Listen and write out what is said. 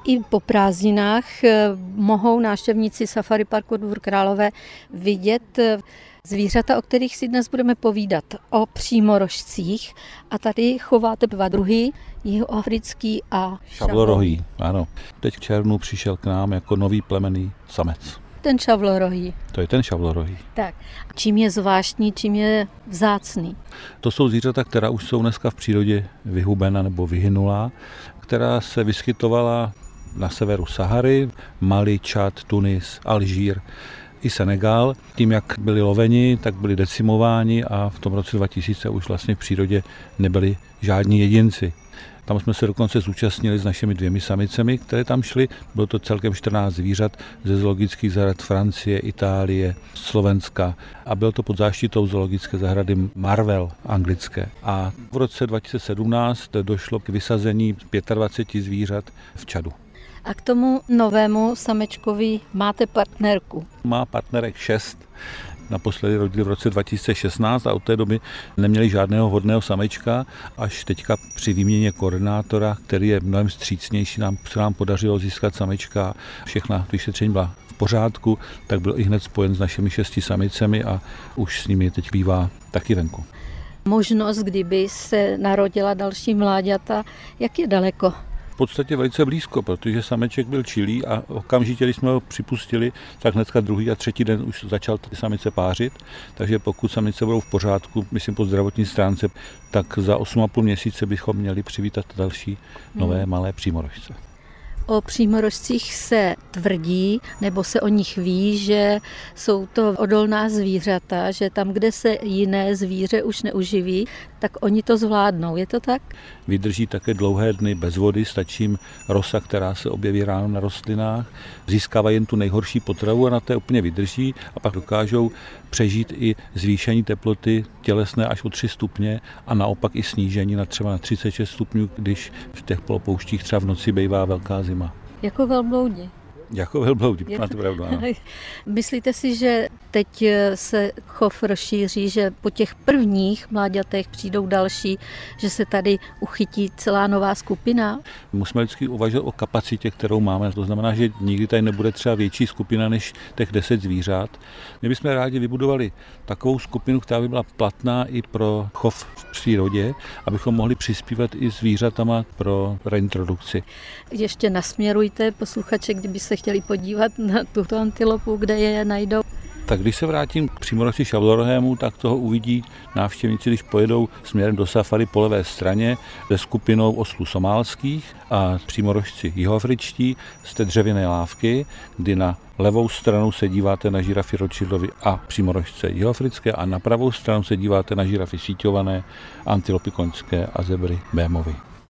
I po prázdninách mohou návštěvníci Safari Parku Dvůr Králové vidět zvířata, o kterých si dnes budeme povídat, o přímorožcích. A tady chováte dva druhy, jihoafrický a šavlorohý. Ano. Teď v červnu přišel k nám jako nový plemenný samec. Ten šavlorohý. To je ten šavlorohý. Tak, čím je zvláštní, čím je vzácný? To jsou zvířata, která už jsou dneska v přírodě vyhubena nebo vyhynulá, která se vyskytovala na severu Sahary, Mali, Čad, Tunis, Alžír i Senegal. Tím, jak byli loveni, tak byli decimováni a v tom roce 2000 už vlastně v přírodě nebyli žádní jedinci. Tam jsme se dokonce zúčastnili s našimi 2 samicemi, které tam šly. Bylo to celkem 14 zvířat ze zoologických zahrad Francie, Itálie, Slovenska a bylo to pod záštitou zoologické zahrady Marvel anglické. A v roce 2017 došlo k vysazení 25 zvířat v Čadu. A k tomu novému samečkovi máte partnerku? Má partnerek 6. Naposledy rodili v roce 2016 a od té doby neměli žádného vhodného samečka, až teďka při výměně koordinátora, který je mnohem vstřícnější, se nám podařilo získat samečka. Všechna vyšetření byla v pořádku, tak byl i hned spojen s našimi 6 samicemi a už s nimi teď bývá taky venku. Možnost, kdyby se narodila další mláďata, jak je daleko? V podstatě velice blízko, protože sameček byl čilý a okamžitě, když jsme ho připustili, tak hnedka druhý a třetí den už začal ty samice pářit. Takže pokud samice budou v pořádku, myslím po zdravotní stránce, tak za 8,5 měsíce bychom měli přivítat další nové malé přímorožce. O přímorožcích se tvrdí, nebo se o nich ví, že jsou to odolná zvířata, že tam, kde se jiné zvíře už neuživí, tak oni to zvládnou. Je to tak? Vydrží také dlouhé dny bez vody, stačí jim rosa, která se objeví ráno na rostlinách. Získávají jen tu nejhorší potravu a na té úplně vydrží a pak dokážou přežít i zvýšení teploty tělesné až o 3 stupně a naopak i snížení na třeba na 36 stupňů, když v těch polopouštích třeba v noci bývá velká zima. Jako velbloudi. Jako velbloudi, máte pravdu, ano. Myslíte si, že teď se chov rozšíří, že po těch prvních mláďatech přijdou další, že se tady uchytí celá nová skupina? Musíme vždycky uvažovat o kapacitě, kterou máme. To znamená, že nikdy tady nebude třeba větší skupina než těch 10 zvířat. My bychom rádi vybudovali takovou skupinu, která by byla platná i pro chov v přírodě, abychom mohli přispívat i zvířatama pro reintrodukci. Ještě nasměrujte posluchače, kdyby se chtěli podívat na tuto antilopu, kde je najdou. Tak když se vrátím k přímorožci šavlorohému, tak toho uvidí návštěvníci, když pojedou směrem do safari po levé straně se skupinou oslů somálských a přímorožci jihoafričtí z té dřevěné lávky, kdy na levou stranu se díváte na žirafy Rothschildovy a přímorožce jihoafrické a na pravou stranu se díváte na žirafy síťované, antilopy koňské a zebry Bémovy.